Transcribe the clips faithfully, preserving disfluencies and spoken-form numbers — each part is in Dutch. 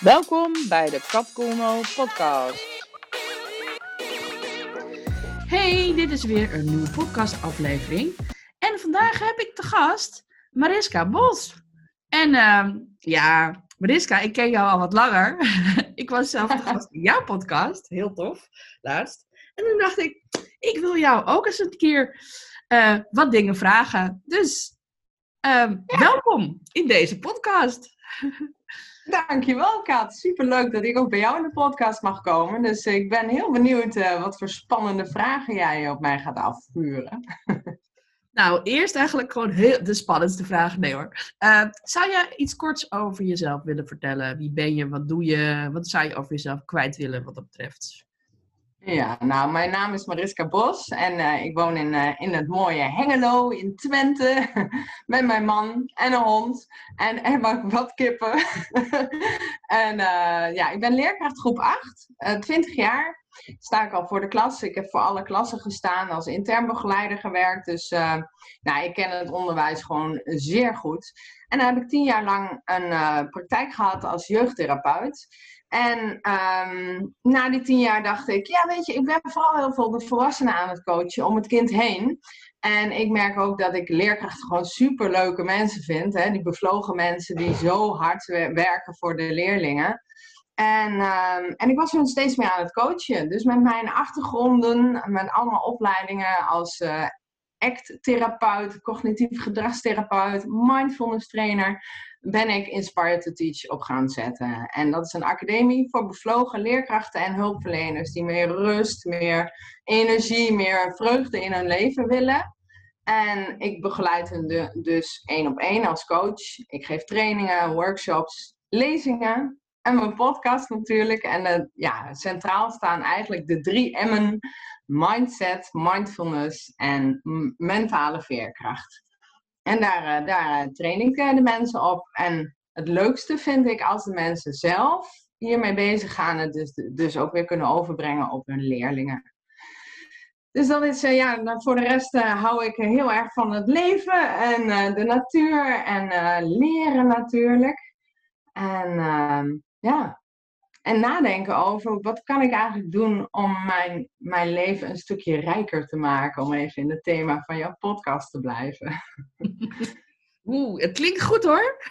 Welkom bij de Capcoolmo podcast. Hey, dit is weer een nieuwe podcastaflevering. En vandaag heb ik te gast Mariska Bos. En uh, ja, Mariska, ik ken jou al wat langer. Ik was zelf te gast in jouw podcast. Heel tof, laatst. En toen dacht ik, ik wil jou ook eens een keer uh, wat dingen vragen. Dus uh, ja. Welkom in deze podcast. Dankjewel, Kat. Superleuk dat ik ook bij jou in de podcast mag komen. Dus ik ben heel benieuwd uh, wat voor spannende vragen jij op mij gaat afvuren. Nou, eerst eigenlijk gewoon heel de spannendste vraag. Nee hoor. Uh, zou je iets korts over jezelf willen vertellen? Wie ben je? Wat doe je? Wat zou je over jezelf kwijt willen wat dat betreft? Ja, nou, mijn naam is Mariska Bos en uh, ik woon in, uh, in het mooie Hengelo in Twente met mijn man en een hond en, en wat kippen. en uh, ja, ik ben leerkracht groep acht, uh, twintig jaar. Sta ik al voor de klas. Ik heb voor alle klassen gestaan, als intern begeleider gewerkt. Dus uh, nou, ik ken het onderwijs gewoon zeer goed. En dan heb ik tien jaar lang een uh, praktijk gehad als jeugdtherapeut. En um, na die tien jaar dacht ik, ja weet je, ik ben vooral heel veel de volwassenen aan het coachen om het kind heen. En ik merk ook dat ik leerkrachten gewoon superleuke mensen vind. Hè? Die bevlogen mensen die zo hard werken voor de leerlingen. En, um, en ik was hun steeds meer aan het coachen. Dus met mijn achtergronden, met allemaal opleidingen als uh, A C T-therapeut, cognitief gedragstherapeut, mindfulness trainer, ben ik Inspire to Teach op gaan zetten. En dat is een academie voor bevlogen leerkrachten en hulpverleners die meer rust, meer energie, meer vreugde in hun leven willen. En ik begeleid hen de, dus één op één als coach. Ik geef trainingen, workshops, lezingen. En mijn podcast natuurlijk. En uh, ja, centraal staan eigenlijk de drie M'en. Mindset, mindfulness en m- mentale veerkracht. En daar, uh, daar uh, train ik uh, de mensen op. En het leukste vind ik als de mensen zelf hiermee bezig gaan. Het dus, dus ook weer kunnen overbrengen op hun leerlingen. Dus dat is, uh, ja, voor de rest uh, hou ik heel erg van het leven. En uh, de natuur. En uh, leren natuurlijk. En... Uh, Ja, en nadenken over wat kan ik eigenlijk doen om mijn, mijn leven een stukje rijker te maken. Om even in het thema van jouw podcast te blijven. Oeh, het klinkt goed hoor.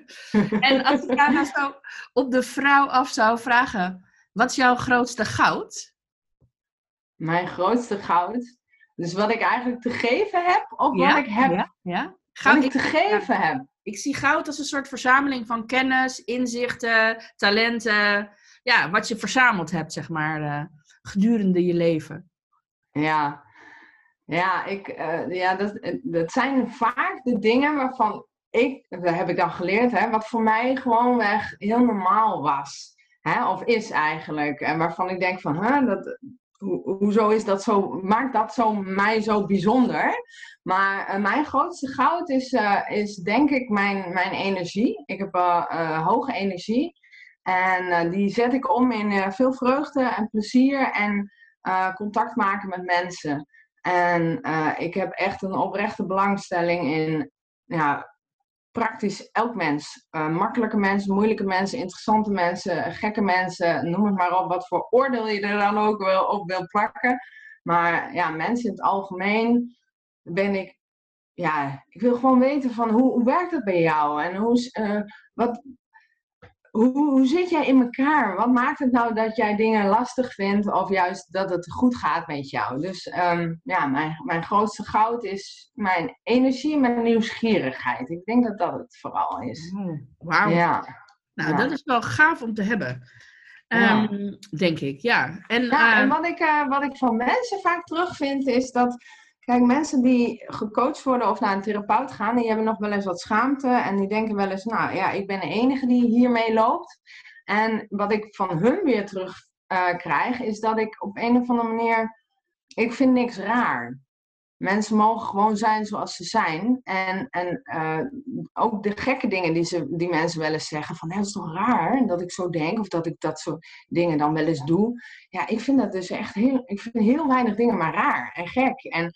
En als ik daar nou zo op de vrouw af zou vragen, wat is jouw grootste goud? Mijn grootste goud? Dus wat ik eigenlijk te geven heb of ja, wat ik heb? Ja, ja. Goud, wat ik te ik, geven ja. heb. Ik zie goud als een soort verzameling van kennis, inzichten, talenten. Ja, wat je verzameld hebt, zeg maar, uh, gedurende je leven. Ja, ja, ik, uh, ja dat, dat zijn vaak de dingen waarvan ik, dat heb ik dan geleerd, hè, wat voor mij gewoonweg heel normaal was. Hè, of is eigenlijk. En waarvan ik denk van, huh, dat... Ho- hoezo is dat zo, maakt dat zo, mij zo bijzonder? Maar uh, mijn grootste goud is, uh, is denk ik mijn, mijn energie. Ik heb uh, uh, hoge energie. En uh, die zet ik om in uh, veel vreugde en plezier en uh, contact maken met mensen. En uh, ik heb echt een oprechte belangstelling in ja, praktisch elk mens. Uh, makkelijke mensen, moeilijke mensen, interessante mensen, gekke mensen, noem het maar op, wat voor oordeel je er dan ook wel op wil plakken. Maar ja, mensen in het algemeen ben ik, ja, ik wil gewoon weten van hoe, hoe werkt dat bij jou? En hoe, uh, wat, hoe, hoe zit jij in elkaar? Wat maakt het nou dat jij dingen lastig vindt of juist dat het goed gaat met jou? Dus um, ja, mijn, mijn grootste goud is mijn energie en mijn nieuwsgierigheid. Ik denk dat dat het vooral is. Oh, wauw. Ja. Nou, ja. dat is wel gaaf om te hebben. Um, ja. Denk ik, ja. En, ja, uh... en wat ik, uh, wat ik van mensen vaak terugvind is dat... Kijk, mensen die gecoacht worden of naar een therapeut gaan, die hebben nog wel eens wat schaamte. En die denken wel eens, nou ja, ik ben de enige die hiermee loopt. En wat ik van hun weer terug uh, krijg, is dat ik op een of andere manier... Ik vind niks raar. Mensen mogen gewoon zijn zoals ze zijn. En, en uh, ook de gekke dingen die, ze, die mensen wel eens zeggen. Van, dat is toch raar dat ik zo denk. Of dat ik dat soort dingen dan wel eens doe. Ja, ik vind dat dus echt heel... Ik vind heel weinig dingen maar raar en gek. En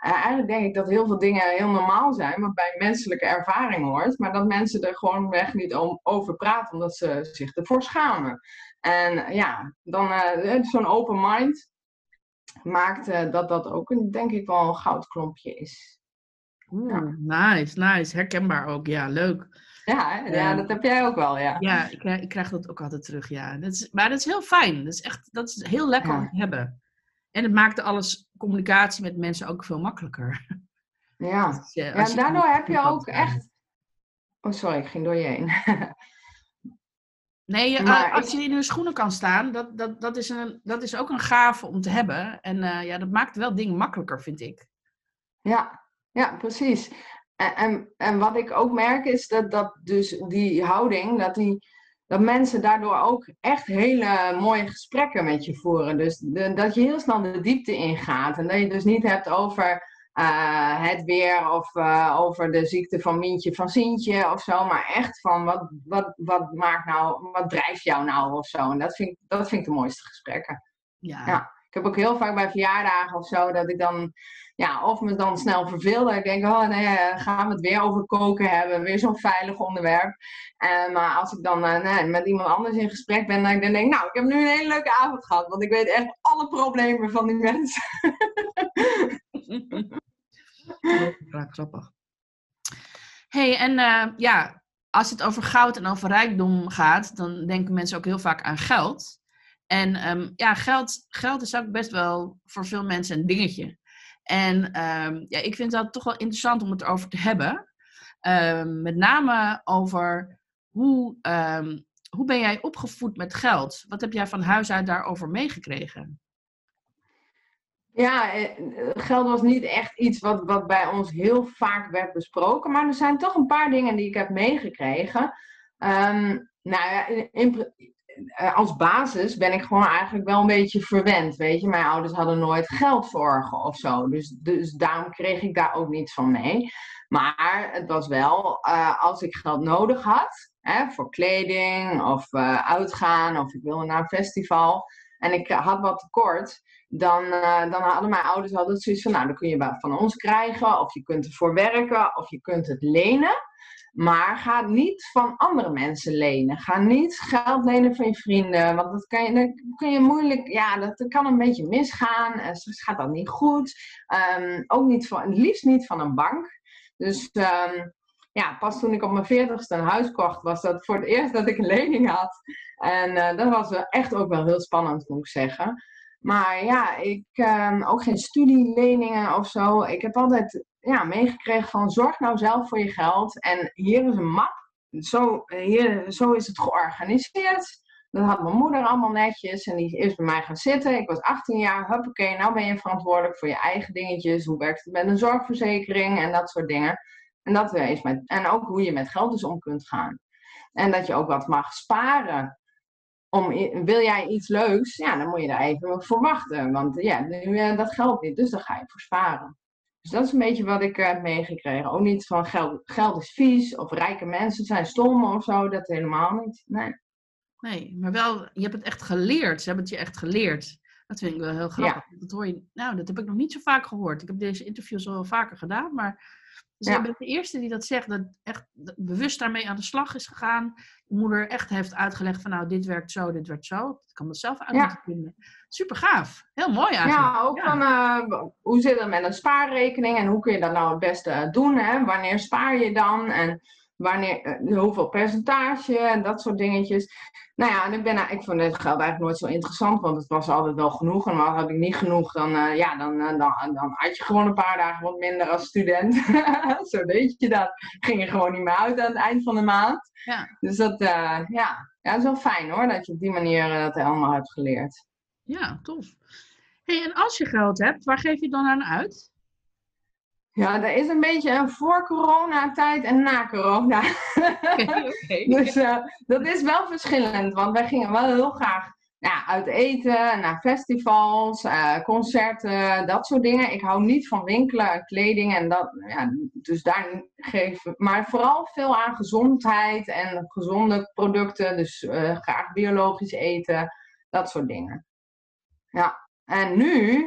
uh, eigenlijk denk ik dat heel veel dingen heel normaal zijn, wat bij menselijke ervaring hoort, maar dat mensen er gewoon weg niet om, over praten, omdat ze zich ervoor schamen. En ja, dan uh, zo'n open mind maakt uh, dat dat ook een, denk ik wel een goudklompje is. Oeh, Ja. nice, nice. Herkenbaar ook. Ja, leuk. Ja, ja uh, dat heb jij ook wel, ja. Ja, ik, ik krijg dat ook altijd terug, ja. Dat is, maar dat is heel fijn. Dat is echt, dat is heel lekker ja. om te hebben. En het maakt alles, communicatie met mensen ook veel makkelijker. Ja, dus, uh, ja en daardoor heb je ook echt... Oh, sorry, ik ging door je heen. Nee, uh, als je in hun schoenen kan staan, dat, dat, dat, is, een, dat is ook een gave om te hebben. En uh, ja, dat maakt wel dingen makkelijker, vind ik. Ja, ja, precies. En, en, en wat ik ook merk is dat, dat dus die houding, dat, die, dat mensen daardoor ook echt hele mooie gesprekken met je voeren. Dus de, dat je heel snel de diepte ingaat. En dat je dus niet hebt over uh, het weer of uh, over de ziekte van Mientje van Sientje of zo. Maar echt van wat, wat, wat maakt nou, wat drijft jou nou of zo. En dat vind ik, dat vind ik de mooiste gesprekken. Ja. ja. Ik heb ook heel vaak bij verjaardagen of zo dat ik dan... Ja, of me dan snel verveel. Dat ik denk, oh nee, gaan we het weer over koken hebben. Weer zo'n veilig onderwerp. Uh, maar als ik dan uh, nee, met iemand anders in gesprek ben, dan denk ik, nou, ik heb nu een hele leuke avond gehad. Want ik weet echt alle problemen van die mensen. Ja, grappig. Hey, en uh, ja, als het over goud en over rijkdom gaat, dan denken mensen ook heel vaak aan geld. En um, ja, geld, geld is ook best wel voor veel mensen een dingetje. En um, ja, ik vind dat toch wel interessant om het erover te hebben. Um, met name over hoe, um, hoe ben jij opgevoed met geld? Wat heb jij van huis uit daarover meegekregen? Ja, geld was niet echt iets wat, wat bij ons heel vaak werd besproken. Maar er zijn toch een paar dingen die ik heb meegekregen. Um, nou ja, in, in, als basis ben ik gewoon eigenlijk wel een beetje verwend, weet je. Mijn ouders hadden nooit geldzorgen of zo. Dus, dus daarom kreeg ik daar ook niets van mee. Maar het was wel, uh, als ik geld nodig had, hè, voor kleding of uh, uitgaan of ik wilde naar een festival en ik had wat tekort, dan, uh, dan hadden mijn ouders altijd zoiets van, nou, dan kun je van ons krijgen of je kunt ervoor werken of je kunt het lenen. Maar ga niet van andere mensen lenen. Ga niet geld lenen van je vrienden. Want dat kan je, dat kun je moeilijk... Ja, dat kan een beetje misgaan. En soms gaat dat niet goed. Um, ook niet van, het liefst niet van een bank. Dus um, ja, pas toen ik op mijn veertigste een huis kocht, was dat voor het eerst dat ik een lening had. En uh, dat was echt ook wel heel spannend, moet ik zeggen. Maar ja, ik um, ook geen studieleningen of zo. Ik heb altijd... Ja, meegekregen van zorg nou zelf voor je geld. En hier is een map. Zo, hier, zo is het georganiseerd. Dat had mijn moeder allemaal netjes. En die is bij mij gaan zitten. Ik was achttien jaar. Huppakee, nou ben je verantwoordelijk voor je eigen dingetjes. Hoe werkt het met een zorgverzekering en dat soort dingen. En, dat is met, en ook hoe je met geld dus om kunt gaan. En dat je ook wat mag sparen. Om, wil jij iets leuks? Ja, dan moet je daar even voor wachten. Want ja, dat geldt niet. Dus daar ga je voor sparen. Dus dat is een beetje wat ik heb uh, meegekregen. Ook niet van geld, geld is vies of rijke mensen zijn stom of zo. Dat helemaal niet. Nee. Nee, maar wel, je hebt het echt geleerd. Ze hebben het je echt geleerd. Dat vind ik wel heel grappig. Ja. Dat hoor je, nou, dat heb ik nog niet zo vaak gehoord. Ik heb deze interviews al wel vaker gedaan, maar dus ja. Je bent de eerste die dat zegt, dat echt bewust daarmee aan de slag is gegaan. De moeder echt heeft uitgelegd van nou, dit werkt zo, dit werkt zo. Ik kan dat zelf uit moeten vinden. Super gaaf. Heel mooi eigenlijk. Ja, ook ja. van uh, hoe zit het met een spaarrekening en hoe kun je dat nou het beste doen? Hè? Wanneer spaar je dan? En wanneer, uh, hoeveel percentage en dat soort dingetjes. Nou ja, en ik, ben, ik vond dit geld eigenlijk nooit zo interessant, want het was altijd wel genoeg. En had ik niet genoeg, dan, uh, ja, dan, uh, dan, dan had je gewoon een paar dagen wat minder als student. Zo deed je dat. Ging je gewoon niet meer uit aan het eind van de maand. Ja. Dus dat, uh, ja. ja, dat is wel fijn hoor, dat je op die manier uh, dat allemaal hebt geleerd. Ja, tof. Hey, en als je geld hebt, waar geef je dan aan uit? Ja, er is een beetje een voor corona-tijd en na corona. Okay, okay. Dus uh, dat is wel verschillend, want wij gingen wel heel graag ja, uit eten, naar festivals, uh, concerten, dat soort dingen. Ik hou niet van winkelen, kleding en dat, ja, dus daar geven, maar vooral veel aan gezondheid en gezonde producten, dus uh, graag biologisch eten, dat soort dingen. Ja, en nu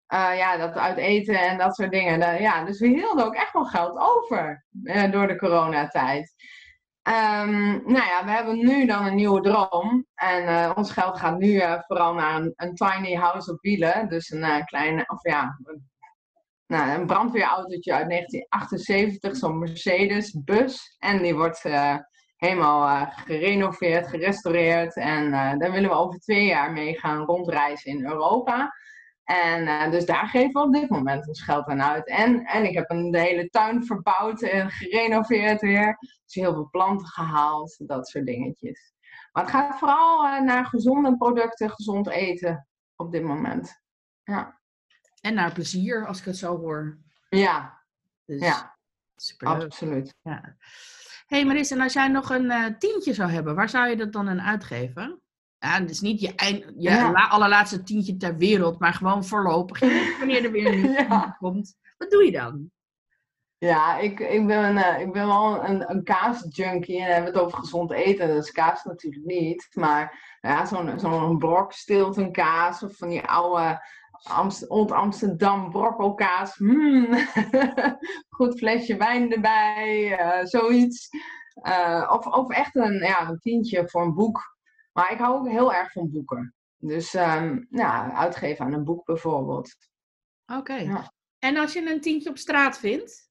Uh, ja, dat uit eten en dat soort dingen. Uh, ja, dus we hielden ook echt wel geld over uh, door de coronatijd. Um, nou ja, we hebben nu dan een nieuwe droom. En uh, ons geld gaat nu uh, vooral naar een, een tiny house op wielen. Dus een uh, kleine, of ja, een, nou, een brandweerautootje uit negentien achtenzeventig, zo'n Mercedes bus. En die wordt uh, helemaal uh, gerenoveerd, gerestaureerd. En uh, daar willen we over twee jaar mee gaan rondreizen in Europa. En uh, dus daar geven we op dit moment ons geld aan uit. En, en ik heb een, de hele tuin verbouwd en gerenoveerd weer. Dus heel veel planten gehaald, dat soort dingetjes. Maar het gaat vooral uh, naar gezonde producten, gezond eten op dit moment. Ja. En naar plezier, als ik het zo hoor. Ja, dus, ja. Superleuk. Absoluut. Ja. Hey Maris, en als jij nog een uh, tientje zou hebben, waar zou je dat dan aan uitgeven? Ja, het is niet je, eind, je ja. la, allerlaatste tientje ter wereld, maar gewoon voorlopig. Wanneer er weer een nieuw ja. komt. Wat doe je dan? Ja, ik, ik, ben, uh, ik ben wel een, een kaasjunkie en we hebben het over gezond eten. Dat is kaas natuurlijk niet. Maar ja, zo'n zo'n brok Stilton kaas of van die oude Amst- Old Amsterdam brokkelkaas. Mm. Goed flesje wijn erbij, uh, zoiets. Uh, of, of echt een, ja, een tientje voor een boek. Maar ik hou ook heel erg van boeken. Dus um, ja, uitgeven aan een boek bijvoorbeeld. Oké. Okay. Ja. En als je een tientje op straat vindt?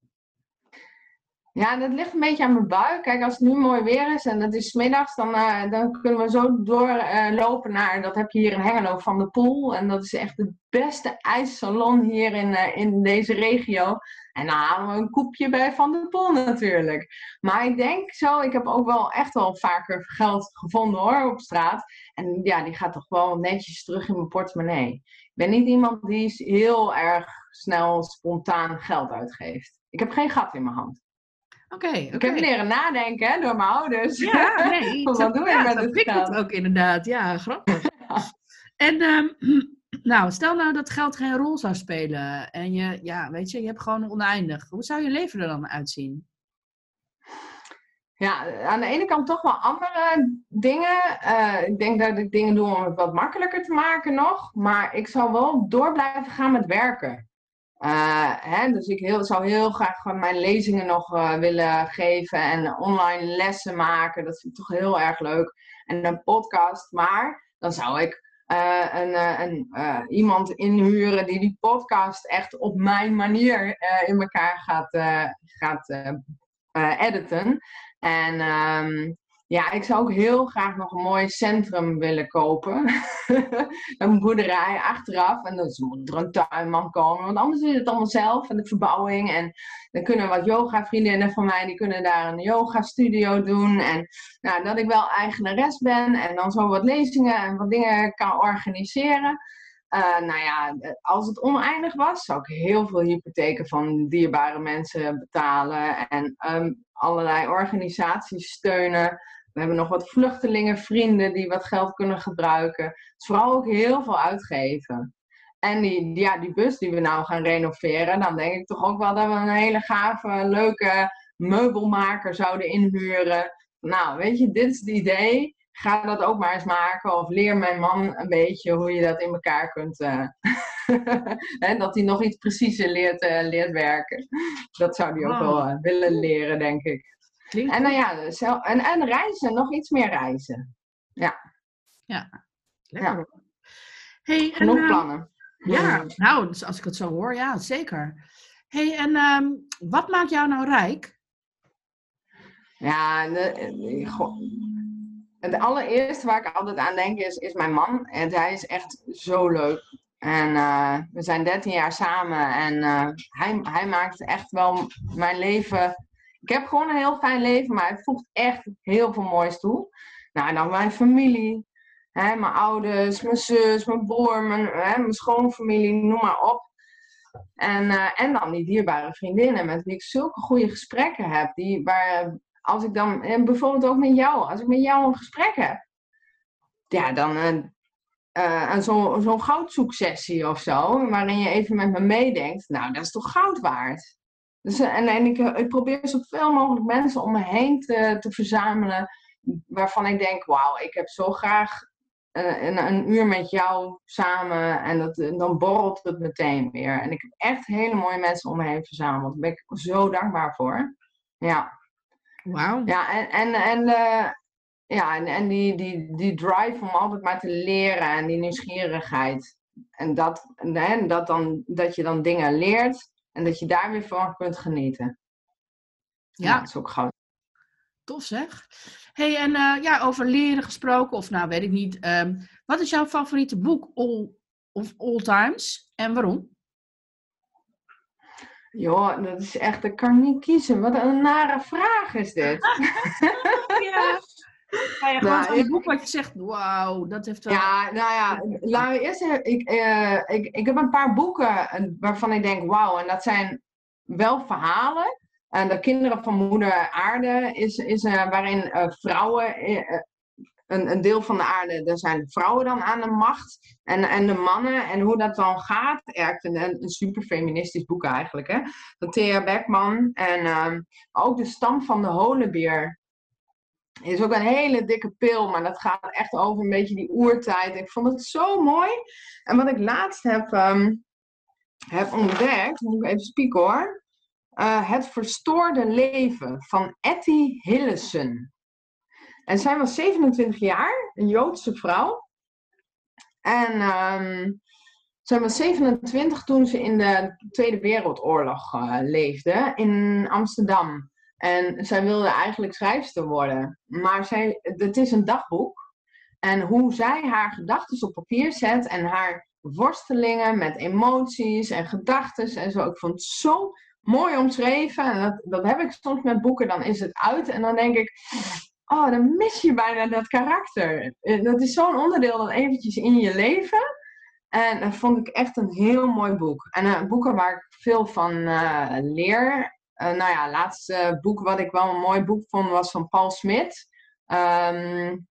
Ja, dat ligt een beetje aan mijn buik. Kijk, als het nu mooi weer is en het is 's middags, dan, uh, dan kunnen we zo doorlopen uh, naar, dat heb je hier in Hengelo, Van de Poel. En dat is echt de beste ijssalon hier in, uh, in deze regio. En dan halen we een koepje bij Van de Poel natuurlijk. Maar ik denk zo, ik heb ook wel echt wel vaker geld gevonden hoor, op straat. En ja, die gaat toch wel netjes terug in mijn portemonnee. Ik ben niet iemand die heel erg snel spontaan geld uitgeeft. Ik heb geen gat in mijn hand. Oké, okay, okay. Ik heb leren nadenken hè, door mijn ouders. Ja, nee. Wat zo, doe ja, ik met het geld? Het ook inderdaad. Ja, grappig. Ja. En um, nou, stel nou dat geld geen rol zou spelen. En je, ja, weet je, je hebt gewoon oneindig. Hoe zou je leven er dan uitzien? Ja, aan de ene kant toch wel andere dingen. Uh, ik denk dat ik dingen doe om het wat makkelijker te maken nog. Maar ik zou wel door blijven gaan met werken. Uh, hè, dus ik heel, zou heel graag mijn lezingen nog uh, willen geven en online lessen maken. Dat vind ik toch heel erg leuk. En een podcast. Maar dan zou ik uh, een, uh, een, uh, iemand inhuren die die podcast echt op mijn manier uh, in elkaar gaat, uh, gaat uh, uh, editen. En um, ja, ik zou ook heel graag nog een mooi centrum willen kopen. Een boerderij achteraf. En dan moet er een tuinman komen. Want anders is het allemaal zelf. En de verbouwing. En dan kunnen wat yoga vriendinnen van mij. Die kunnen daar een yoga studio doen. En nou, dat ik wel eigenares ben. En dan zo wat lezingen en wat dingen kan organiseren. Uh, nou ja, als het oneindig was, zou ik heel veel hypotheken van dierbare mensen betalen. En um, allerlei organisaties steunen. We hebben nog wat vluchtelingenvrienden die wat geld kunnen gebruiken. Dus vooral ook heel veel uitgeven. En die, ja, die bus die we nou gaan renoveren, dan denk ik toch ook wel dat we een hele gave, leuke meubelmaker zouden inhuren. Nou, weet je, dit is het idee. Ga dat ook maar eens maken. Of leer mijn man een beetje hoe je dat in elkaar kunt. Uh, en dat hij nog iets preciezer leert, uh, leert werken. Dat zou hij ook wow. wel uh, willen leren, denk ik. Klinkt en nou ja, zo, en, en reizen, nog iets meer reizen. Ja. Ja, lekker. Ja. Hey, genoeg en, uh, plannen. Ja, hmm. nou, dus als ik het zo hoor, ja, zeker. Hey, en um, wat maakt jou nou rijk? Ja, de, de, goh, het allereerste waar ik altijd aan denk is, is mijn man. En hij is echt zo leuk. En uh, we zijn dertien jaar samen en uh, hij, hij maakt echt wel mijn leven. Ik heb gewoon een heel fijn leven, maar hij voegt echt heel veel moois toe. Nou, en dan mijn familie, hè, mijn ouders, mijn zus, mijn broer, mijn, hè, mijn schoonfamilie, noem maar op. En, uh, en dan die dierbare vriendinnen met wie ik zulke goede gesprekken heb. Die, waar, als ik dan, bijvoorbeeld ook met jou, als ik met jou een gesprek heb, ja, dan uh, uh, zo'n zo goudzoeksessie of zo, waarin je even met me meedenkt, nou, dat is toch goud waard. Dus, en en ik, ik probeer zoveel mogelijk mensen om me heen te, te verzamelen, waarvan ik denk, wauw, ik heb zo graag uh, een, een uur met jou samen en dat, dan borrelt het meteen weer. En ik heb echt hele mooie mensen om me heen verzameld. Daar ben ik zo dankbaar voor. Ja. Wauw. Ja, en, en, en, uh, ja, en, en die, die, die drive om altijd maar te leren en die nieuwsgierigheid. En dat, hè, dat, dan, dat je dan dingen leert en dat je daar weer van kunt genieten. Ja, ja dat is ook goud. Tof zeg. Hey, en uh, ja, over leren gesproken, of nou weet ik niet. Um, wat is jouw favoriete boek all, of all times en waarom? Joh, dat is echt, ik kan niet kiezen. Wat een nare vraag is dit. ja. Ja, ja, gewoon nou, zo'n boek wat je zegt, wauw, dat heeft wel... Ja, nou ja, laten we eerst zeggen, ik, uh, ik, ik heb een paar boeken waarvan ik denk, wauw, en dat zijn wel verhalen. En de Kinderen van Moeder Aarde is, is uh, waarin uh, vrouwen, uh, een, een deel van de aarde, daar zijn vrouwen dan aan de macht. En, en de mannen, en hoe dat dan gaat. Ja, ik vind het een, een super feministisch boek eigenlijk, hè. Van Thea Beckman. En uh, ook De Stam van de Holenbeer. Is ook een hele dikke pil, maar dat gaat echt over een beetje die oertijd. Ik vond het zo mooi. En wat ik laatst heb, um, heb ontdekt, moet ik even spieken hoor. Uh, Het Verstoorde Leven van Etty Hillesum. En zij was zevenentwintig jaar, een Joodse vrouw. En um, zij was zevenentwintig toen ze in de Tweede Wereldoorlog uh, leefde in Amsterdam. En zij wilde eigenlijk schrijfster worden. Maar zij, het is een dagboek. En hoe zij haar gedachten op papier zet en haar worstelingen met emoties en gedachten en zo. Ik vond het zo mooi omschreven. En dat, dat heb ik soms met boeken, dan is het uit. En dan denk ik, oh, dan mis je bijna dat karakter. Dat is zo'n onderdeel dan eventjes in je leven. En dat vond ik echt een heel mooi boek. En uh, boeken waar ik veel van uh, leer. Uh, nou ja, het laatste boek wat ik wel een mooi boek vond was van Paul Smit. Um,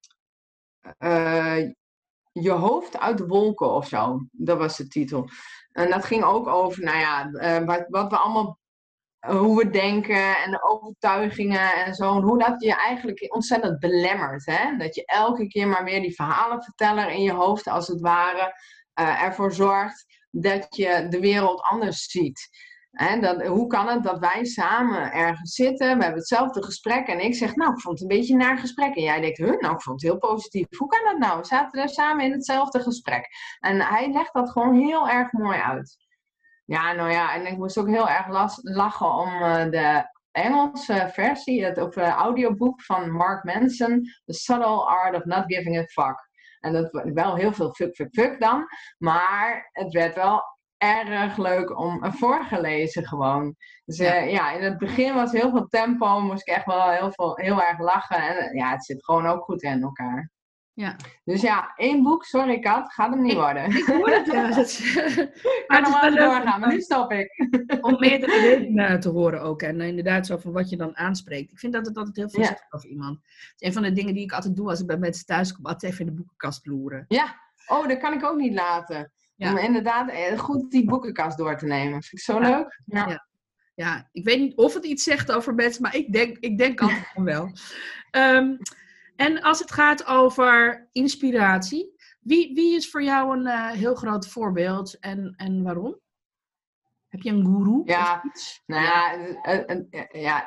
uh, Je hoofd uit de wolken of zo. Dat was de titel. En dat ging ook over, nou ja, uh, wat, wat we allemaal, uh, hoe we denken en de overtuigingen en zo. En hoe dat je eigenlijk ontzettend belemmert. Hè? Dat je elke keer maar weer die verhalenverteller in je hoofd, als het ware, uh, ervoor zorgt dat je de wereld anders ziet. He, dat, hoe kan het dat wij samen ergens zitten, we hebben hetzelfde gesprek en ik zeg, nou, ik vond het een beetje een naar gesprek. En jij denkt, huh, nou, ik vond het heel positief. Hoe kan dat nou? We zaten daar samen in hetzelfde gesprek. En hij legt dat gewoon heel erg mooi uit. Ja, nou ja, en ik moest ook heel erg las, lachen om uh, de Engelse versie, het of, uh, audioboek van Mark Manson, The Subtle Art of Not Giving a Fuck. En dat was wel heel veel fuck, fuck, fuck dan, maar het werd wel erg leuk om uh, voorgelezen gewoon. Dus uh, ja. ja, in het begin was heel veel tempo, moest ik echt wel heel, veel, heel erg lachen. En uh, ja, het zit gewoon ook goed in elkaar. Ja. Dus ja, één boek, sorry Kat, gaat hem niet ik, worden. Ik hoor het, ja. Dat is, ik kan nog wel doorgaan, maar nu stop ik. Om meerdere redenen te horen ook. En uh, inderdaad zo van wat je dan aanspreekt. Ik vind dat het altijd heel veel zegt ja. over iemand. Het is een van de dingen die ik altijd doe als ik bij mensen thuis kom. Altijd even in de boekenkast loeren. Ja, oh, dat kan ik ook niet laten. Ja. Om inderdaad goed die boekenkast door te nemen. Vind ik zo ja. leuk. Ja. Ja. ja, ik weet niet of het iets zegt over mensen, maar ik denk, ik denk altijd van wel. Um, en als het gaat over inspiratie, wie, wie is voor jou een uh, heel groot voorbeeld en, en waarom? Heb je een goeroe? Ja, nou ja, uh, uh, uh, ja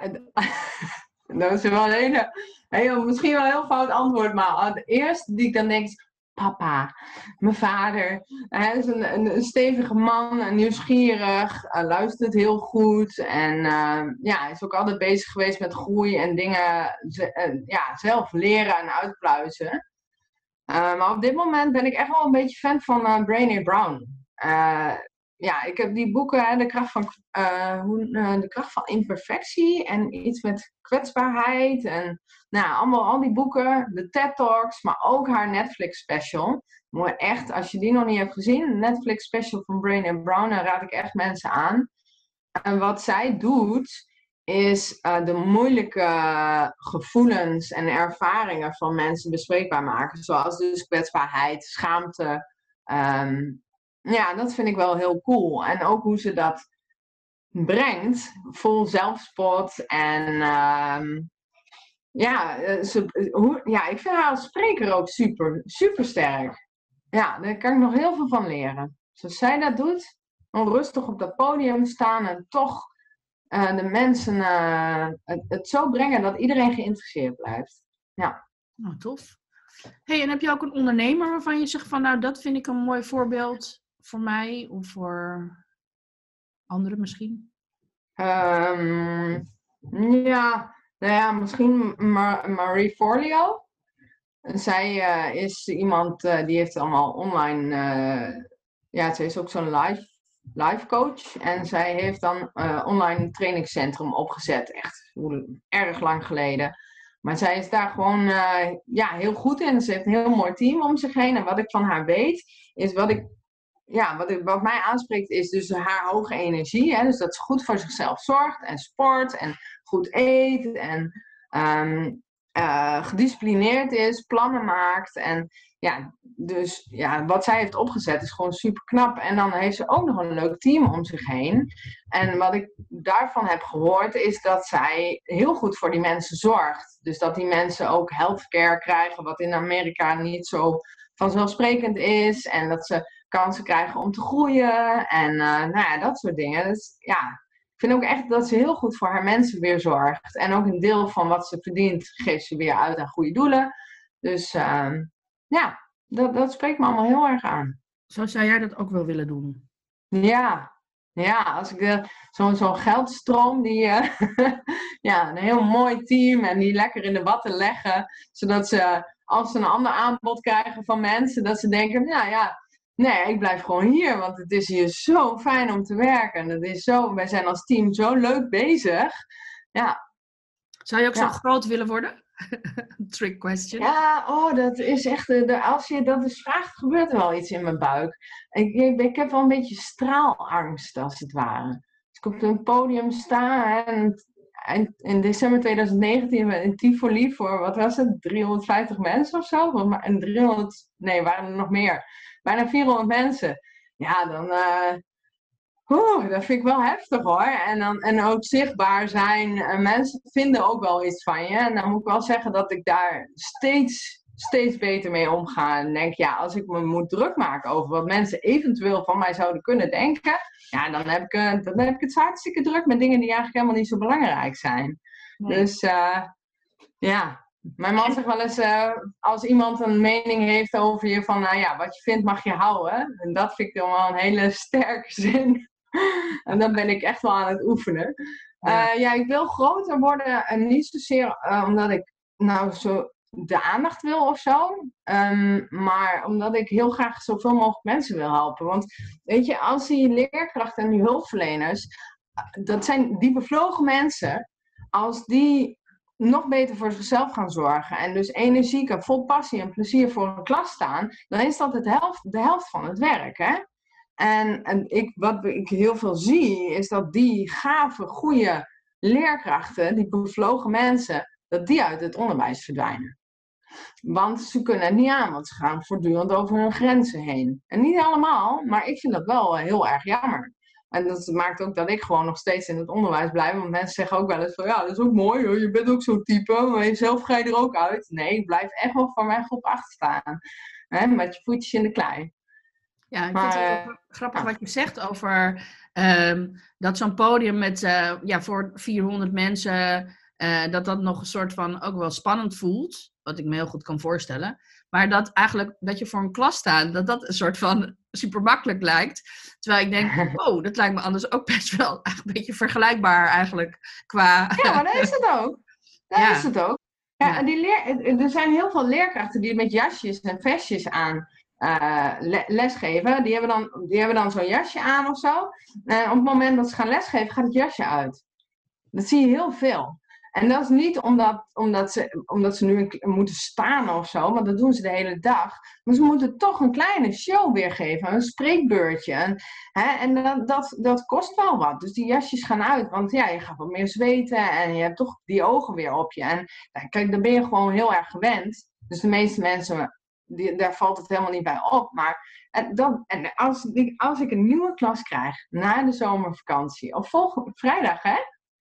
dat is wel een hele, heel, misschien wel een heel fout antwoord, maar het eerste die ik dan denk is, papa, mijn vader. Hij is een, een, een stevige man, nieuwsgierig, uh, luistert heel goed. En uh, ja, hij is ook altijd bezig geweest met groei en dingen z- uh, ja, zelf leren en uitpluizen. Uh, maar op dit moment ben ik echt wel een beetje fan van uh, Brené Brown. Uh, ja, ik heb die boeken, hè, de, kracht van, uh, hoe, uh, de kracht van imperfectie en iets met kwetsbaarheid. En nou, allemaal al die boeken, de TED Talks, maar ook haar Netflix special. Mooi echt, als je die nog niet hebt gezien, de Netflix special van Brené Brown, dan raad ik echt mensen aan. En wat zij doet, is uh, de moeilijke gevoelens en ervaringen van mensen bespreekbaar maken. Zoals dus kwetsbaarheid, schaamte. Um, ja, dat vind ik wel heel cool. En ook hoe ze dat brengt, vol zelfspot en... Um, ja, eh, ze, hoe, ja, ik vind haar als spreker ook super, super sterk. Ja, daar kan ik nog heel veel van leren. Zoals zij dat doet, om rustig op dat podium staan en toch eh, de mensen eh, het, het zo brengen dat iedereen geïnteresseerd blijft. Ja. Nou, tof. Hey, en heb je ook een ondernemer waarvan je zegt van, nou, dat vind ik een mooi voorbeeld voor mij of voor anderen misschien? Ehm, ja, nou ja, misschien Ma- Marie Forleo. Zij eh, is iemand uh, die heeft allemaal online. Uh, ja, ze is ook zo'n live, live coach. En zij heeft dan uh, online trainingscentrum opgezet. Echt erg lang geleden. Maar zij is daar gewoon uh, ja, heel goed in. Ze heeft een heel mooi team om zich heen. En wat ik van haar weet, is wat ik. Ja, wat, ik, wat mij aanspreekt is dus haar hoge energie. Hè? Dus dat ze goed voor zichzelf zorgt en sport en goed eet en um, uh, gedisciplineerd is, plannen maakt. En ja, dus ja, wat zij heeft opgezet is gewoon super knap. En dan heeft ze ook nog een leuk team om zich heen. En wat ik daarvan heb gehoord is dat zij heel goed voor die mensen zorgt. Dus dat die mensen ook healthcare krijgen, wat in Amerika niet zo vanzelfsprekend is. En dat ze kansen krijgen om te groeien en uh, nou ja, dat soort dingen. Dus ja, ik vind ook echt dat ze heel goed voor haar mensen weer zorgt. En ook een deel van wat ze verdient geeft ze weer uit aan goede doelen. Dus uh, ja, dat, dat spreekt me allemaal heel erg aan. Zo zou jij dat ook wel willen doen? Ja, ja, als ik uh, zo'n zo geldstroom, die, uh, ja, een heel mooi team en die lekker in de watten leggen, zodat ze, als ze een ander aanbod krijgen van mensen, dat ze denken, nou ja, nee, ik blijf gewoon hier, want het is hier zo fijn om te werken. Het is zo, wij zijn als team zo leuk bezig. Ja. Zou je ook ja. zo groot willen worden? Trick question. Ja, oh, dat is echt, de, als je dat dus vraagt, gebeurt er wel iets in mijn buik. Ik, ik, ik heb wel een beetje straalangst, als het ware. Als ik op een podium sta en, en in december twintig negentien in Tivoli voor, wat was het, driehonderdvijftig mensen of zo? En driehonderd, nee, waren er nog meer. Bijna vierhonderd mensen. Ja, dan... Uh, Oeh, dat vind ik wel heftig hoor. En, dan, en ook zichtbaar zijn. En mensen vinden ook wel iets van je. En dan moet ik wel zeggen dat ik daar steeds, steeds beter mee omga. En denk, ja, als ik me moet druk maken over wat mensen eventueel van mij zouden kunnen denken. Ja, dan heb ik, dan heb ik het hartstikke druk met dingen die eigenlijk helemaal niet zo belangrijk zijn. Nee. Dus uh, ja. Mijn man zegt wel eens, uh, als iemand een mening heeft over je van, nou ja, wat je vindt mag je houden. En dat vind ik dan wel een hele sterke zin. En dan ben ik echt wel aan het oefenen. Ja, uh, ja ik wil groter worden en niet zozeer uh, omdat ik nou zo de aandacht wil of zo. Um, maar omdat ik heel graag zoveel mogelijk mensen wil helpen. Want weet je, als die leerkrachten en die hulpverleners, dat zijn die bevlogen mensen, als die nog beter voor zichzelf gaan zorgen en dus energiek en vol passie en plezier voor een klas staan, dan is dat het helft, de helft van het werk, hè? En, en ik, wat ik heel veel zie, is dat die gave, goede leerkrachten, die bevlogen mensen, dat die uit het onderwijs verdwijnen. Want ze kunnen het niet aan, want ze gaan voortdurend over hun grenzen heen. En niet allemaal, maar ik vind dat wel heel erg jammer. En dat maakt ook dat ik gewoon nog steeds in het onderwijs blijf. Want mensen zeggen ook wel eens van, ja, dat is ook mooi hoor. Je bent ook zo'n type, maar jezelf ga je er ook uit. Nee, ik blijf echt wel voor mijn groep achter staan. Hè, met je voetjes in de klei. Ja, ik maar, vind het wel grappig ja. wat je zegt over um, dat zo'n podium met uh, ja, voor vierhonderd mensen, uh, dat dat nog een soort van ook wel spannend voelt. Wat ik me heel goed kan voorstellen. Maar dat eigenlijk, dat je voor een klas staat, dat dat een soort van super makkelijk lijkt. Terwijl ik denk, oh, dat lijkt me anders ook best wel een beetje vergelijkbaar eigenlijk. Qua... Ja, maar dat is het ook. Dat ja. is het ook. Ja, ja. Die leer, er zijn heel veel leerkrachten die met jasjes en vestjes aan uh, lesgeven. Die hebben dan, die hebben dan zo'n jasje aan of zo. En op het moment dat ze gaan lesgeven, gaat het jasje uit. Dat zie je heel veel. En dat is niet omdat, omdat, ze, omdat ze nu een, moeten staan of zo, want dat doen ze de hele dag. Maar ze moeten toch een kleine show weergeven, een spreekbeurtje. En, hè, en dat, dat, dat kost wel wat. Dus die jasjes gaan uit, want ja, je gaat wat meer zweten en je hebt toch die ogen weer op je. En nou, kijk, dan ben je gewoon heel erg gewend. Dus de meeste mensen, die, daar valt het helemaal niet bij op. Maar en dan, en als, als ik een nieuwe klas krijg na de zomervakantie, of volgende vrijdag, hè?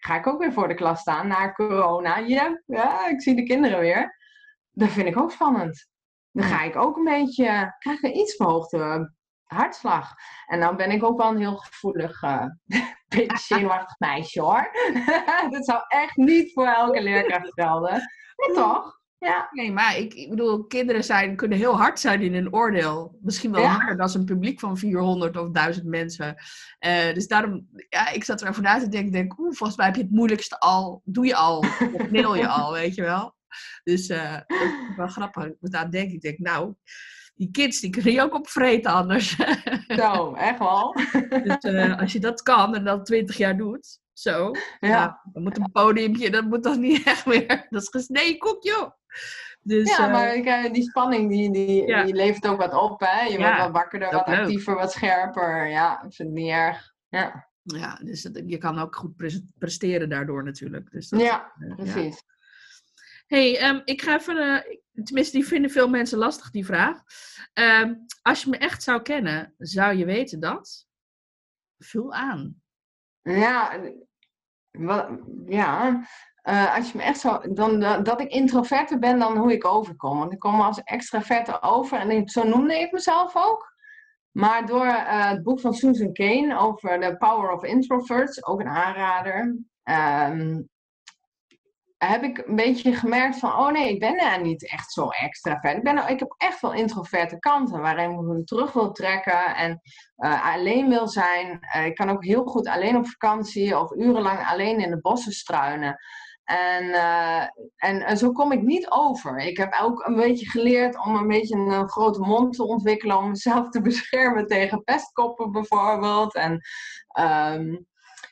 ga ik ook weer voor de klas staan na corona. Ja, ja, ik zie de kinderen weer. Dat vind ik ook spannend. Dan ga ik ook een beetje, krijg ik een iets verhoogde hartslag. En dan ben ik ook wel een heel gevoelig, uh, beetje zenuwachtig meisje hoor. Dat zou echt niet voor elke leerkracht gelden. Maar toch? Ja. Nee, maar ik, ik bedoel, kinderen zijn, kunnen heel hard zijn in hun oordeel. Misschien wel Ja. harder dan een publiek van vierhonderd of duizend mensen. Uh, dus daarom, ja, ik zat erover na te denken. denk, oeh, volgens mij heb je het moeilijkste al, doe je al, of neel je al, weet je wel. Dus uh, dat is wel grappig. Ik moet aan denken, ik denk, nou, die kids, die kun je ook opvreten anders. Zo, echt wel. Dus uh, als je dat kan en dat twintig jaar doet, zo. Ja. Nou, dan moet een podiumpje, dat moet toch niet echt meer. Dat is gesneden koek, joh. Dus, ja, uh, maar uh, die spanning, die, die, ja. die levert ook wat op, hè. Je Ja, wordt wat wakkerder, wat leuk. actiever, wat scherper. Ja, ik vind het niet erg. Ja, ja dus dat, je kan ook goed presteren daardoor natuurlijk. Dus dat, ja uh, precies. Ja. hey, um, ik ga even, uh, tenminste die vinden veel mensen lastig, die vraag. Um, als je me echt zou kennen, zou je weten dat? Vul aan. Ja, wat, ja. Uh, als je me echt zo, dan uh, dat ik introverte ben dan hoe ik overkom. Want ik kom als extraverte over en ik, zo noemde ik mezelf ook. Maar door uh, het boek van Susan Cain over The Power of Introverts, ook een aanrader, um, heb ik een beetje gemerkt van, oh nee, ik ben er niet echt zo extravert. Ik, ben, ik heb echt wel introverte kanten, waarin ik me terug wil trekken en uh, alleen wil zijn. Uh, ik kan ook heel goed alleen op vakantie of urenlang alleen in de bossen struinen. En, uh, en, en zo kom ik niet over. Ik heb ook een beetje geleerd om een beetje een, een grote mond te ontwikkelen om mezelf te beschermen tegen pestkoppen bijvoorbeeld. En um,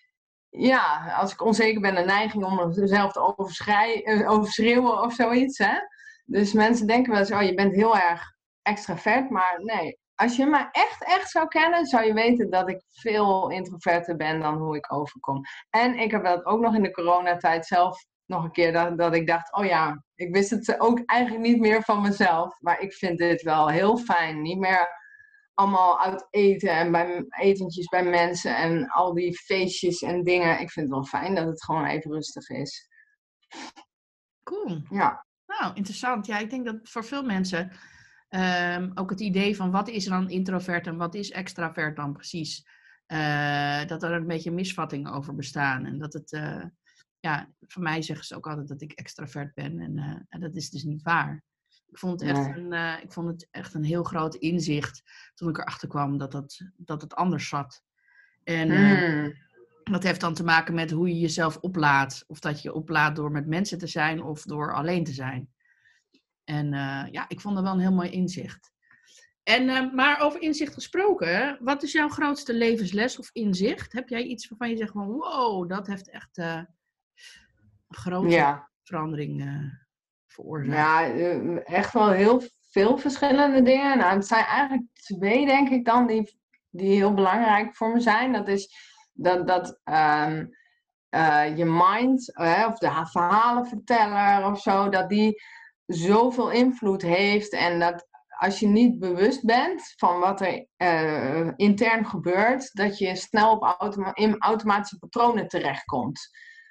ja, als ik onzeker ben, een neiging om mezelf te overschreeuwen of zoiets. Hè? Dus mensen denken wel eens, oh, je bent heel erg extravert. Maar nee, als je me echt, echt zou kennen, zou je weten dat ik veel introverter ben dan hoe ik overkom. En ik heb dat ook nog in de coronatijd zelf nog een keer dat, dat ik dacht, oh ja, ik wist het ook eigenlijk niet meer van mezelf. Maar ik vind dit wel heel fijn. Niet meer allemaal uit eten en bij etentjes bij mensen en al die feestjes en dingen. Ik vind het wel fijn dat het gewoon even rustig is. Cool. Ja. Nou, interessant. Ja, ik denk dat voor veel mensen um, ook het idee van wat is dan introvert en wat is extravert dan precies, uh, dat er een beetje misvattingen over bestaan. En dat het, uh, ja, voor mij zeggen ze ook altijd dat ik extravert ben en, uh, en dat is dus niet waar. Ik vond, het echt Nee. een, uh, ik vond het echt een heel groot inzicht toen ik erachter kwam dat, dat, dat het anders zat. En uh, Hmm. dat heeft dan te maken met hoe je jezelf oplaadt. Of dat je oplaadt door met mensen te zijn of door alleen te zijn. En uh, ja, ik vond dat wel een heel mooi inzicht. En, uh, maar over inzicht gesproken, wat is jouw grootste levensles of inzicht? Heb jij iets waarvan je zegt van wow, dat heeft echt uh, een grote ja. verandering uh, veroorzaakt? Ja, echt wel heel veel verschillende dingen. Nou, het zijn eigenlijk twee, denk ik dan, die, die heel belangrijk voor me zijn. Dat is dat, dat um, uh, je mind, uh, of de verhalenverteller of zo, dat die zoveel invloed heeft. En dat als je niet bewust bent van wat er uh, intern gebeurt, dat je snel op automa- in automatische patronen terechtkomt.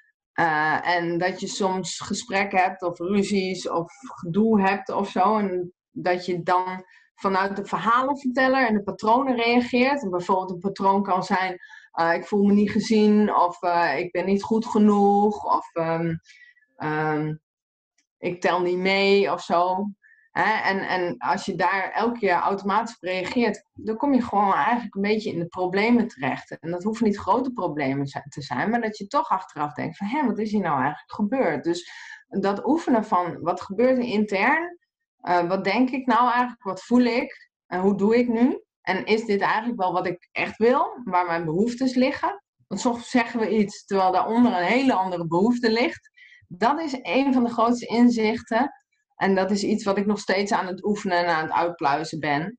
Uh, en dat je soms gesprekken hebt of ruzies of gedoe hebt of zo. En dat je dan vanuit de verhalenverteller en de patronen reageert. En bijvoorbeeld een patroon kan zijn, uh, ik voel me niet gezien of uh, ik ben niet goed genoeg of um, um, ik tel niet mee of zo. Hè? En, en als je daar elke keer automatisch op reageert, dan kom je gewoon eigenlijk een beetje in de problemen terecht. En dat hoeven niet grote problemen te zijn, maar dat je toch achteraf denkt van, hé, wat is hier nou eigenlijk gebeurd? Dus dat oefenen van, wat gebeurt er intern? Uh, wat denk ik nou eigenlijk? Wat voel ik? En hoe doe ik nu? En is dit eigenlijk wel wat ik echt wil? Waar mijn behoeftes liggen? Want soms zeggen we iets, terwijl daaronder een hele andere behoefte ligt. Dat is een van de grootste inzichten. En dat is iets wat ik nog steeds aan het oefenen en aan het uitpluizen ben.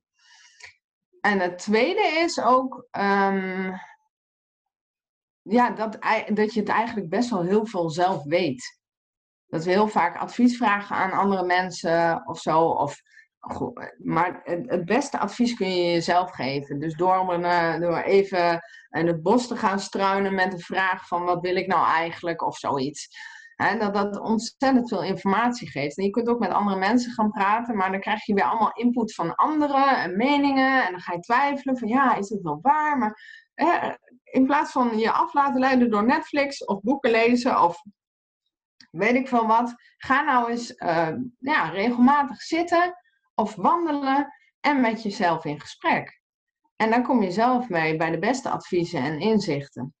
En het tweede is ook um, ja, dat, dat je het eigenlijk best wel heel veel zelf weet. Dat we heel vaak advies vragen aan andere mensen of zo. Of Goed, maar het, het beste advies kun je jezelf geven. Dus door, een, uh, door even in het bos te gaan struinen met de vraag van wat wil ik nou eigenlijk of zoiets. Hè, dat dat ontzettend veel informatie geeft. En je kunt ook met andere mensen gaan praten, maar dan krijg je weer allemaal input van anderen en meningen. En dan ga je twijfelen van ja, is het wel waar? Maar hè, in plaats van je af laten leiden door Netflix of boeken lezen of weet ik veel wat, ga nou eens uh, ja, regelmatig zitten of wandelen en met jezelf in gesprek. En dan kom je zelf mee bij de beste adviezen en inzichten.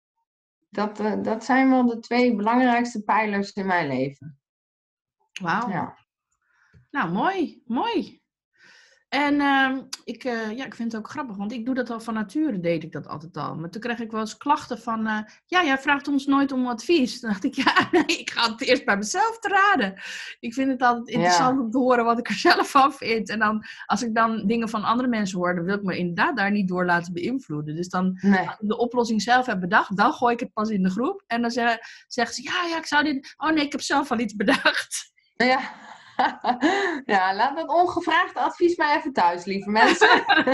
Dat, uh, dat zijn wel de twee belangrijkste pijlers in mijn leven. Wauw. Ja. Nou, mooi. Mooi. En uh, ik, uh, ja, ik vind het ook grappig, want ik doe dat al van nature, deed ik dat altijd al. Maar toen kreeg ik wel eens klachten van, uh, ja, jij vraagt ons nooit om advies. Toen dacht ik, ja, nee, ik ga het eerst bij mezelf te raden. Ik vind het altijd interessant ja. om te horen wat ik er zelf van vind. En dan, als ik dan dingen van andere mensen hoor, dan wil ik me inderdaad daar niet door laten beïnvloeden. Dus dan, nee. als ik de oplossing zelf heb bedacht, dan gooi ik het pas in de groep. En dan zeg, zeggen ze, ja, ja, ik zou dit, oh nee, ik heb zelf al iets bedacht. Ja. Ja, laat dat ongevraagde advies maar even thuis, lieve mensen.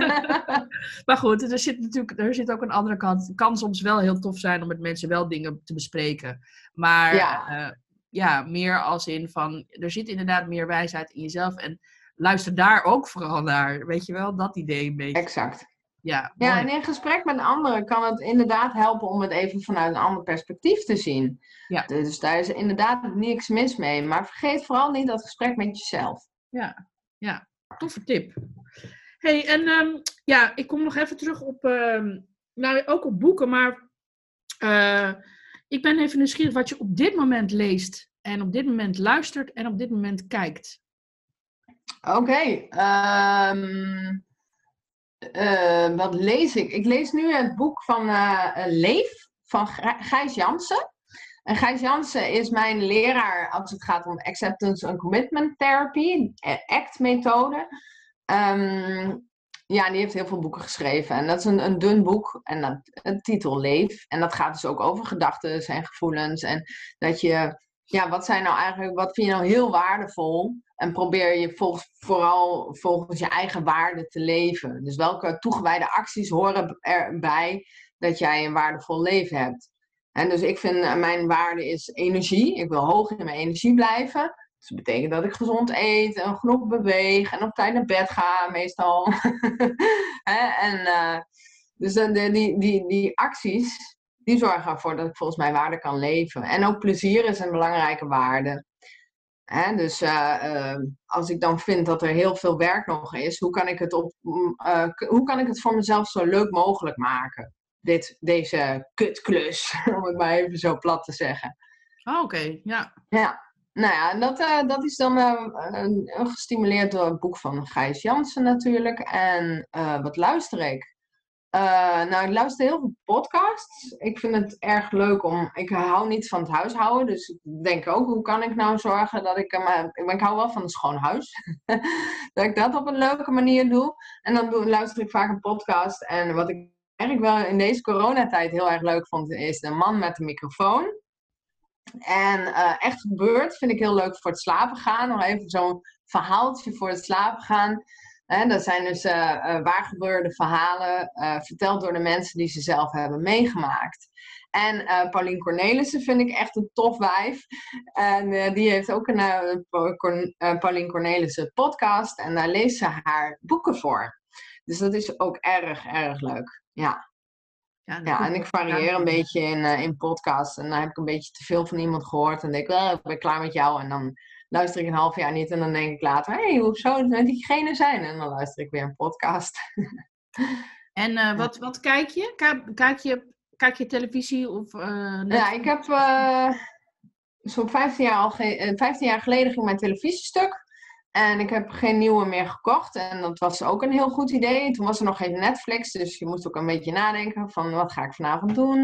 Maar goed, er zit natuurlijk er zit ook een andere kant. Het kan soms wel heel tof zijn om met mensen wel dingen te bespreken. Maar ja, uh, ja meer als in van, er zit inderdaad meer wijsheid in jezelf. En luister daar ook vooral naar. Weet je wel, dat idee een beetje. Exact. Ja, ja, en in gesprek met anderen kan het inderdaad helpen om het even vanuit een ander perspectief te zien. Ja. Dus daar is inderdaad niks mis mee. Maar vergeet vooral niet dat gesprek met jezelf. Ja, ja, toffe tip. Hey, en um, ja, ik kom nog even terug op, um, nou ook op boeken, maar uh, ik ben even nieuwsgierig wat je op dit moment leest en op dit moment luistert en op dit moment kijkt. Oké, okay, um... Uh, wat lees ik? Ik lees nu het boek van uh, Leef van Gijs Jansen. En Gijs Jansen is mijn leraar als het gaat om Acceptance and Commitment Therapy, A C T-methode. Um, ja, die heeft heel veel boeken geschreven. En dat is een, een dun boek. En dat, een titel Leef. En dat gaat dus ook over gedachten en gevoelens. En dat je, ja, wat zijn nou eigenlijk, wat vind je nou heel waardevol? En probeer je volgens, vooral volgens je eigen waarden te leven. Dus welke toegewijde acties horen erbij dat jij een waardevol leven hebt. En dus ik vind, mijn waarde is energie. Ik wil hoog in mijn energie blijven. Dus dat betekent dat ik gezond eet en genoeg beweeg en op tijd naar bed ga meestal. en, uh, dus de, die, die, die acties, die zorgen ervoor dat ik volgens mijn waarde kan leven. En ook plezier is een belangrijke waarde. He, dus uh, uh, als ik dan vind dat er heel veel werk nog is, hoe kan ik het, op, uh, k- hoe kan ik het voor mezelf zo leuk mogelijk maken? Dit, deze kutklus, om het maar even zo plat te zeggen. Oh, oké, okay. Ja. Ja, nou ja, dat, uh, dat is dan uh, uh, gestimuleerd door het boek van Gijs Jansen natuurlijk. En uh, wat luister ik? Uh, nou, ik luister heel veel podcasts. Ik vind het erg leuk om... Ik hou niet van het huishouden. Dus ik denk ook, hoe kan ik nou zorgen dat ik... Uh, ik hou wel van een schoon huis. Dat ik dat op een leuke manier doe. En dan doe, luister ik vaak een podcast. En wat ik eigenlijk wel in deze coronatijd heel erg leuk vond... is een man met een microfoon. En uh, echt gebeurd vind ik heel leuk voor het slapen gaan. Nog even zo'n verhaaltje voor het slapen gaan... He, dat zijn dus uh, uh, waargebeurde verhalen, uh, verteld door de mensen die ze zelf hebben meegemaakt. En uh, Paulien Cornelissen vind ik echt een tof wijf. En uh, die heeft ook een uh, Corn- uh, Paulien Cornelissen podcast. En daar leest ze haar boeken voor. Dus dat is ook erg, erg leuk. Ja, ja, ja en ik varieer een beetje in, uh, in podcasts. En dan heb ik een beetje te veel van iemand gehoord. En denk ik, oh, ik ben klaar met jou. En dan... luister ik een half jaar niet en dan denk ik later... hé, hey, hoe zou het met diegene zijn? En dan luister ik weer een podcast. En uh, wat, wat kijk je? Kijk, kijk je? Kijk je televisie? Of, uh, ja, ik heb... Uh, zo'n vijftien jaar, al ge- vijftien jaar geleden ging mijn televisiestuk. En ik heb geen nieuwe meer gekocht. En dat was ook een heel goed idee. Toen was er nog geen Netflix. Dus je moest ook een beetje nadenken van... wat ga ik vanavond doen?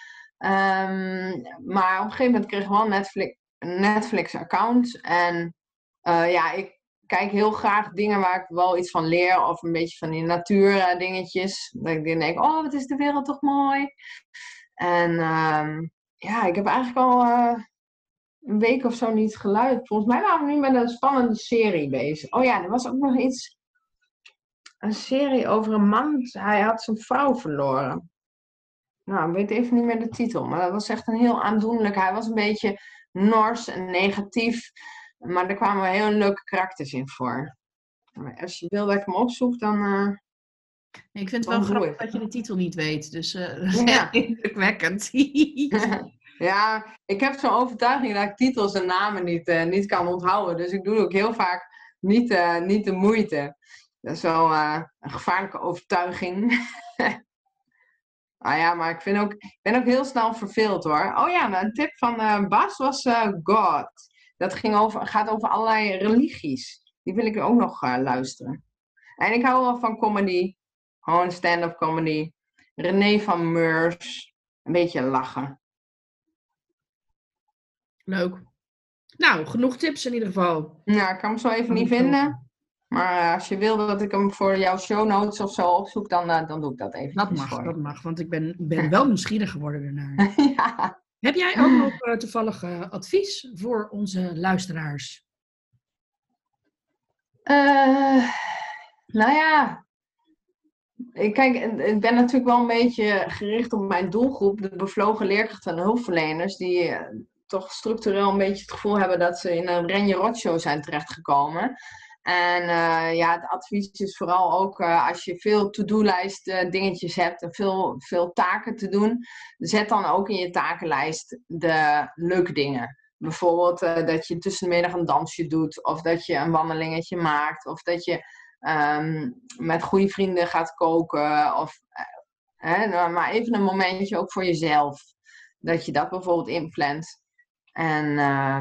Um, maar op een gegeven moment kreeg ik wel Netflix... Netflix-account. En uh, ja, ik kijk heel graag dingen waar ik wel iets van leer. Of een beetje van die natuur uh, dingetjes. Dat ik dan denk, oh, wat is de wereld toch mooi. En um, ja, ik heb eigenlijk al uh, een week of zo niet geluid. Volgens mij waren we nu met een spannende serie bezig. Oh ja, er was ook nog iets. Een serie over een man. Hij had zijn vrouw verloren. Nou, ik weet even niet meer de titel. Maar dat was echt een heel aandoenlijk. Hij was een beetje nors en negatief. Maar er kwamen heel leuke karakters in voor. Maar als je wil dat ik hem opzoek, dan... Uh, Ik vind het wel dan doe grappig ik. dat je de titel niet weet. Dus uh, dat is Ja. echt indrukwekkend. Ja, ik heb zo'n overtuiging dat ik titels en namen niet, uh, niet kan onthouden. Dus ik doe ook heel vaak niet, uh, niet de moeite. Dat is wel uh, een gevaarlijke overtuiging. Ah ja, maar ik, vind ook, ik ben ook heel snel verveeld hoor. Oh ja, een tip van uh, Bas was uh, God. Dat ging over, gaat over allerlei religies. Die wil ik ook nog uh, luisteren. En ik hou wel van comedy. Gewoon stand-up comedy. René van Meurs. Een beetje lachen. Leuk. Nou, genoeg tips in ieder geval. Nou, ik kan hem zo even niet vinden. Maar uh, als je wil dat ik hem voor jouw show notes of zo opzoek, dan, uh, dan doe ik dat even. Dat mag, voor dat je. mag. Want ik ben, ben wel nieuwsgierig geworden daarnaar. Ja. Heb jij ook nog uh, toevallig uh, advies voor onze luisteraars? Uh, nou ja. Ik, kijk, ik ben natuurlijk wel een beetje gericht op mijn doelgroep. De bevlogen leerkrachten en hulpverleners. Die uh, toch structureel een beetje het gevoel hebben dat ze in een Renje Rotshow zijn terechtgekomen. En uh, ja, het advies is vooral ook uh, als je veel to-do-lijst uh, dingetjes hebt en veel, veel taken te doen. Zet dan ook in je takenlijst de leuke dingen. Bijvoorbeeld uh, dat je tussen de middag een dansje doet. Of dat je een wandelingetje maakt. Of dat je um, met goede vrienden gaat koken. Of uh, hè, nou, maar even een momentje ook voor jezelf. Dat je dat bijvoorbeeld inplant. En uh,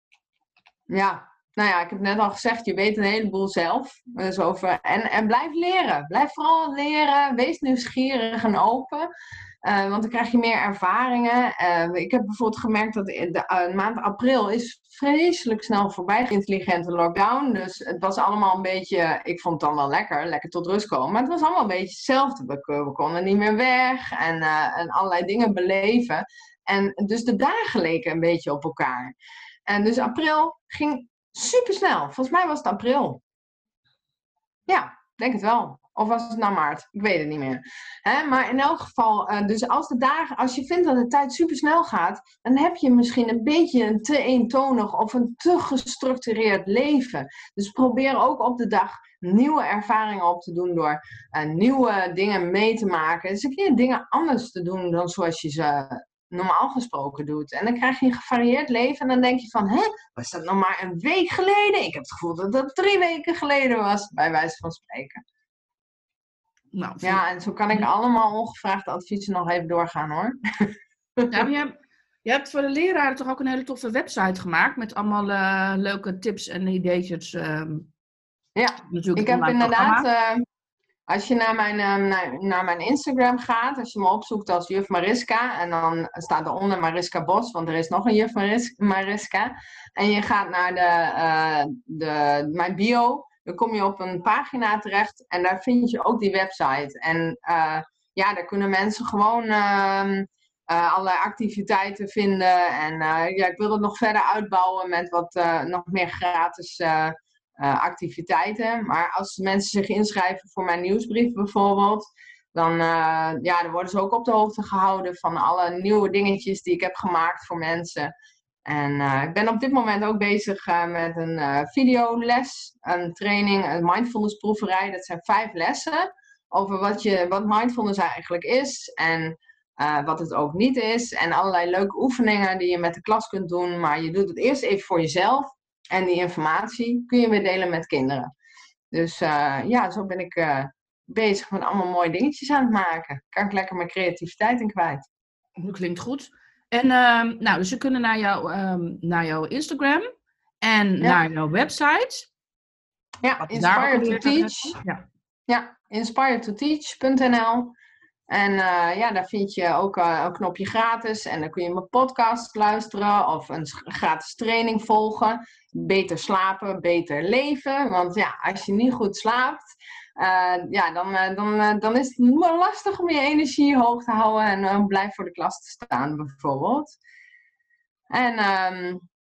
ja... Nou ja, ik heb net al gezegd, je weet een heleboel zelf. Dus over, en, en blijf leren. Blijf vooral leren. Wees nieuwsgierig en open. Uh, want dan krijg je meer ervaringen. Uh, ik heb bijvoorbeeld gemerkt dat de, de uh, maand april is vreselijk snel voorbij. Intelligente lockdown. Dus het was allemaal een beetje... Ik vond het dan wel lekker. Lekker tot rust komen. Maar het was allemaal een beetje hetzelfde. We, we konden niet meer weg. En, uh, en allerlei dingen beleven. En dus de dagen leken een beetje op elkaar. En dus april ging... super snel. Volgens mij was het april. Ja, denk het wel. Of was het nou maart? Ik weet het niet meer. Hè? Maar in elk geval, uh, dus als de dagen, als je vindt dat de tijd super snel gaat, dan heb je misschien een beetje een te eentonig of een te gestructureerd leven. Dus probeer ook op de dag nieuwe ervaringen op te doen door uh, nieuwe dingen mee te maken. Dus een keer dingen anders te doen dan zoals je ze normaal gesproken doet. En dan krijg je een gevarieerd leven en dan denk je van, hè, was dat nog maar een week geleden? Ik heb het gevoel dat dat drie weken geleden was, bij wijze van spreken. Nou, ja, en zo kan ik allemaal ongevraagde adviezen nog even doorgaan, hoor. Ja, maar je, je hebt voor de leraren toch ook een hele toffe website gemaakt met allemaal uh, leuke tips en ideetjes. Um, ja, ik heb inderdaad... Uh, Als je naar mijn, uh, naar, naar mijn Instagram gaat, als je me opzoekt als juf Mariska, en dan staat eronder Mariska Bos, want er is nog een juf Maris, Mariska. En je gaat naar de, uh, de, mijn bio, dan kom je op een pagina terecht en daar vind je ook die website. En uh, ja, daar kunnen mensen gewoon uh, uh, allerlei activiteiten vinden. En uh, ja, ik wil het nog verder uitbouwen met wat uh, nog meer gratis uh, Uh, activiteiten. Maar als mensen zich inschrijven voor mijn nieuwsbrief bijvoorbeeld, dan, uh, ja, dan worden ze ook op de hoogte gehouden van alle nieuwe dingetjes die ik heb gemaakt voor mensen. En uh, ik ben op dit moment ook bezig uh, met een uh, videoles, een training, een mindfulness proeverij. Dat zijn vijf lessen over wat, je, wat mindfulness eigenlijk is en uh, wat het ook niet is. En allerlei leuke oefeningen die je met de klas kunt doen. Maar je doet het eerst even voor jezelf. En die informatie kun je weer delen met kinderen. Dus uh, ja, zo ben ik uh, bezig met allemaal mooie dingetjes aan het maken. Kan ik lekker mijn creativiteit in kwijt. Dat klinkt goed. En uh, nou, dus ze kunnen naar, jou, um, naar jouw Instagram en ja. naar jouw website. Ja, Inspire to Teach. Ja, ja inspire to teach punt n l. En uh, ja, daar vind je ook uh, een knopje gratis. En dan kun je mijn podcast luisteren of een gratis training volgen. Beter slapen, beter leven. Want ja, als je niet goed slaapt, uh, ja, dan, uh, dan, uh, dan is het lastig om je energie hoog te houden en uh, blij voor de klas te staan bijvoorbeeld. En um,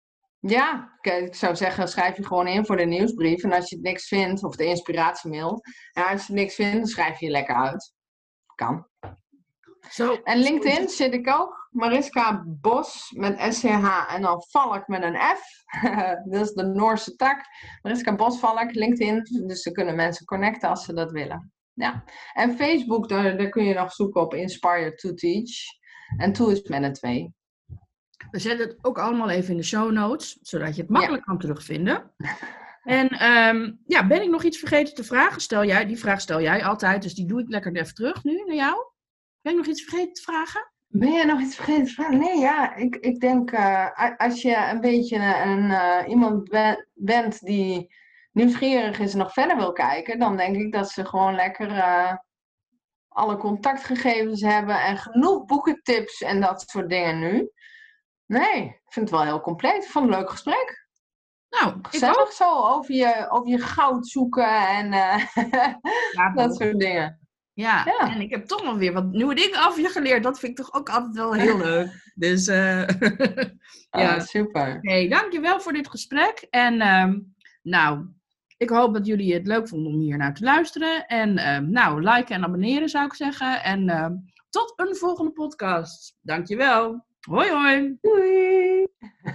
Ja, ik zou zeggen, schrijf je gewoon in voor de nieuwsbrief. En als je het niks vindt, of de inspiratiemail. Ja, als je het niks vindt, dan schrijf je je lekker uit. Kan. Zo. En LinkedIn zit ik ook. Mariska Bos met S C H en dan Valk met een F. Dat is de Noorse tak. Mariska Bos Valk, LinkedIn. Dus dan kunnen mensen connecten als ze dat willen. Ja. En Facebook, daar, daar kun je nog zoeken op Inspire to Teach. En To is met een twee. We zetten het ook allemaal even in de show notes, zodat je het makkelijk ja. kan terugvinden. En um, ja, ben ik nog iets vergeten te vragen? Stel jij, die vraag stel jij altijd, dus die doe ik lekker even terug nu naar jou. Ben ik nog iets vergeten te vragen? Ben je nog iets vergeten te vragen? Nee, ja, ik, ik denk uh, als je een beetje een, uh, iemand be- bent die nieuwsgierig is en nog verder wil kijken, dan denk ik dat ze gewoon lekker uh, alle contactgegevens hebben en genoeg boekentips en dat soort dingen nu. Nee, ik vind het wel heel compleet. Ik vond het een leuk gesprek. Nou, gezellig zo over je, over je goud zoeken en uh, ja, dat soort dingen. Ja, ja, en ik heb toch nog weer wat nieuwe dingen af je geleerd. Dat vind ik toch ook altijd wel heel leuk. Dus uh, ja, oh, super. Oké, okay, dankjewel voor dit gesprek. En um, nou, ik hoop dat jullie het leuk vonden om hier naar te luisteren. En um, nou, liken en abonneren zou ik zeggen. En um, tot een volgende podcast. Dankjewel. Hoi hoi. Doei.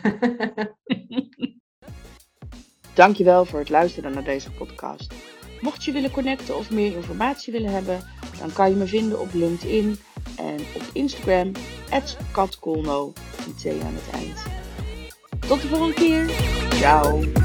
Dankjewel voor het luisteren naar deze podcast. Mocht je willen connecten of meer informatie willen hebben, dan kan je me vinden op LinkedIn en op Instagram, at katkolno, met twee aan het eind. Tot de volgende keer. Ciao.